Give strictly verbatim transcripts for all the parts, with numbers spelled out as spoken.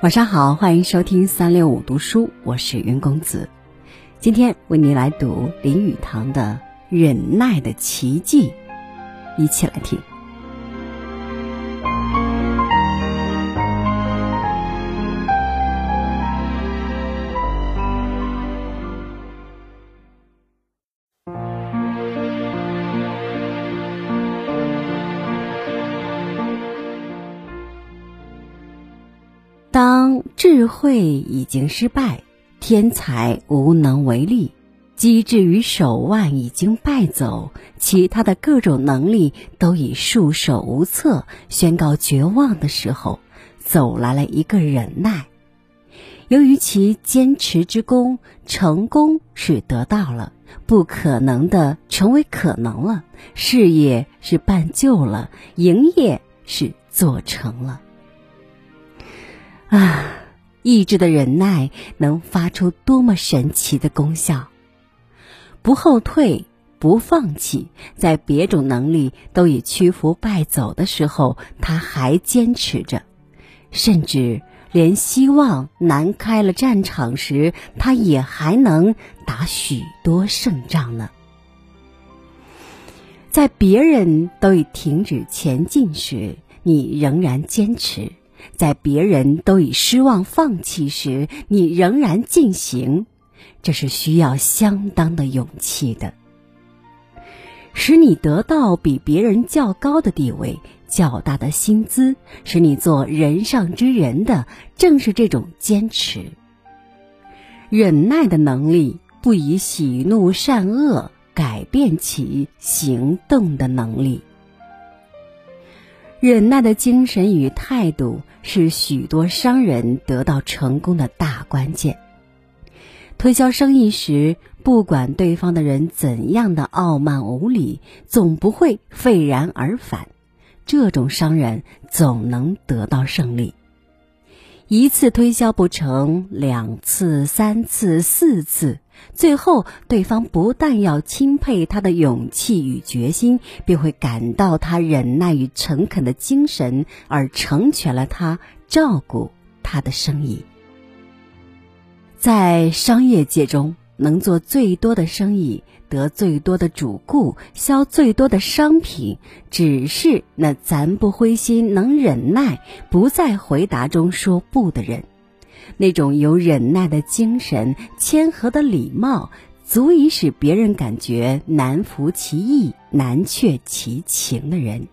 晚上好，欢迎收听三六五读书，我是云公子。今天为您来读林语堂的《忍耐的奇迹》，一起来听。当智慧已经失败，天才无能为力，机智与手腕已经败走，其他的各种能力都已束手无策，宣告绝望的时候，走来了一个忍耐。由于其坚持之功，成功是得到了，不可能的成为可能了，事业是办就了，营业是做成了。啊，意志的忍耐能发出多么神奇的功效！不后退，不放弃，在别种能力都已屈服败走的时候，他还坚持着，甚至连希望难开了战场时，他也还能打许多胜仗呢。在别人都已停止前进时，你仍然坚持；在别人都已失望放弃时，你仍然进行，这是需要相当的勇气的。使你得到比别人较高的地位，较大的薪资，使你做人上之人的，正是这种坚持。忍耐的能力不以喜怒善恶改变其行动的能力。忍耐的精神与态度是许多商人得到成功的大关键。推销生意时，不管对方的人怎样的傲慢无礼，总不会愤然而返，这种商人总能得到胜利。一次推销不成，两次、三次、四次，最后对方不但要钦佩他的勇气与决心，并会感到他忍耐与诚恳的精神，而成全了他，照顾他的生意。在商业界中，能做最多的生意，得最多的主顾，销最多的商品，只是那暂不灰心，能忍耐，不在回答中说不的人。那种有忍耐的精神，谦和的礼貌，足以使别人感觉难服其意，难却其情的人。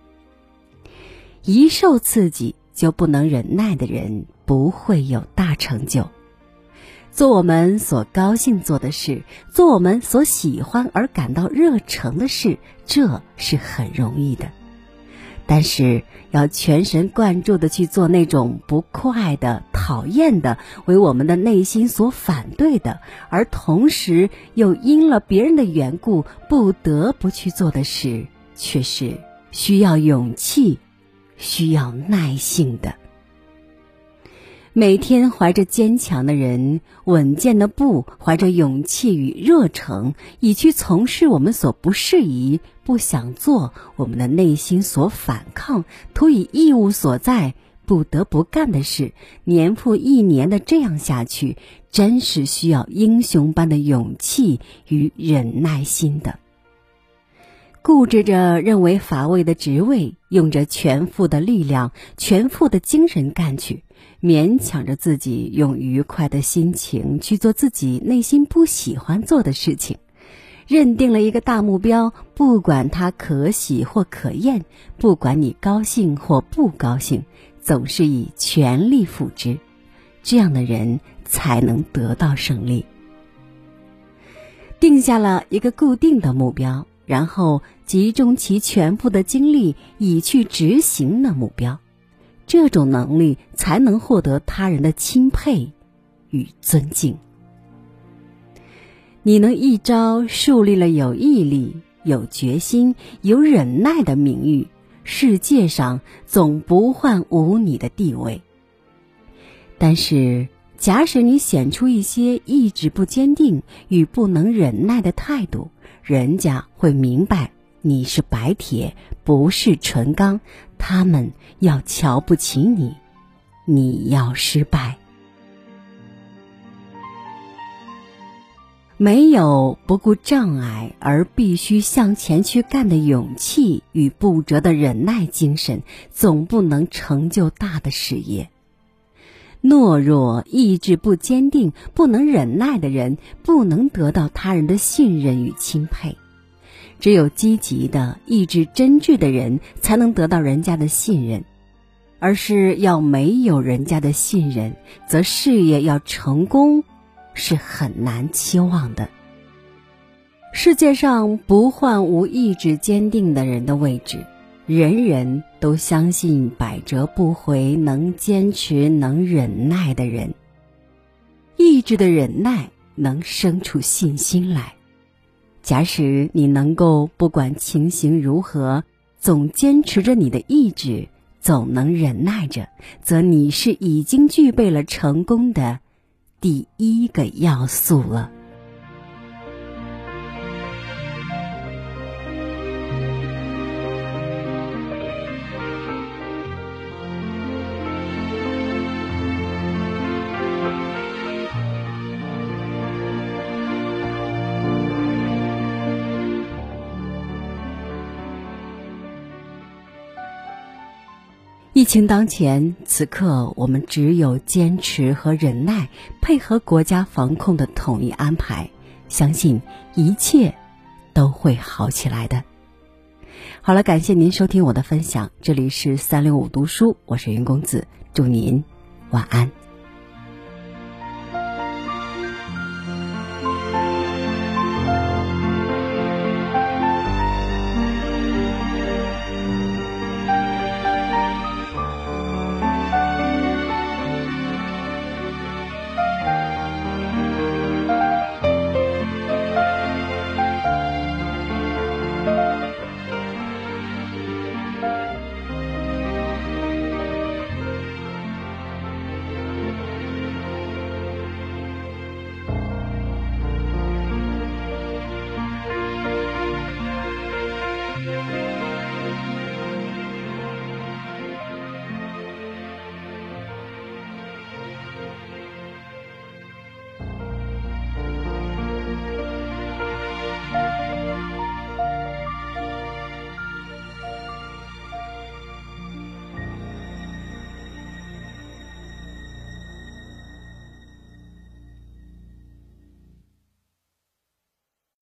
一受刺激就不能忍耐的人，不会有大成就。做我们所高兴做的事，做我们所喜欢而感到热诚的事，这是很容易的。但是要全神贯注地去做那种不快的、讨厌的、为我们的内心所反对的，而同时又因了别人的缘故不得不去做的事，却是需要勇气、需要耐性的。每天怀着坚强的人，稳健的步，怀着勇气与热诚，以去从事我们所不适宜、不想做，我们的内心所反抗，图以义务所在，不得不干的事，年复一年的这样下去，真是需要英雄般的勇气与忍耐心的。固执着认为乏味的职位，用着全副的力量、全副的精神干去，勉强着自己用愉快的心情去做自己内心不喜欢做的事情。认定了一个大目标，不管它可喜或可厌，不管你高兴或不高兴，总是以全力付之。这样的人才能得到胜利。定下了一个固定的目标，然后集中其全部的精力以去执行那目标，这种能力才能获得他人的钦佩与尊敬。你能一朝树立了有毅力、有决心、有忍耐的名誉，世界上总不换无你的地位。但是假使你显出一些意志不坚定与不能忍耐的态度，人家会明白你是白铁，不是纯钢，他们要瞧不起你， 你要失败。没有不顾障碍而必须向前去干的勇气与不折的忍耐精神，总不能成就大的事业。懦弱、意志不坚定、不能忍耐的人，不能得到他人的信任与钦佩。只有积极的、意志真挚的人，才能得到人家的信任。而是要没有人家的信任，则事业要成功是很难期望的。世界上不换无意志坚定的人的位置，人人都相信百折不回、能坚持、能忍耐的人。意志的忍耐能生出信心来。假使你能够不管情形如何，总坚持着你的意志，总能忍耐着，则你是已经具备了成功的第一个要素了。疫情当前，此刻我们只有坚持和忍耐，配合国家防控的统一安排，相信一切都会好起来的。好了，感谢您收听我的分享，这里是三六五读书，我是云公子，祝您晚安。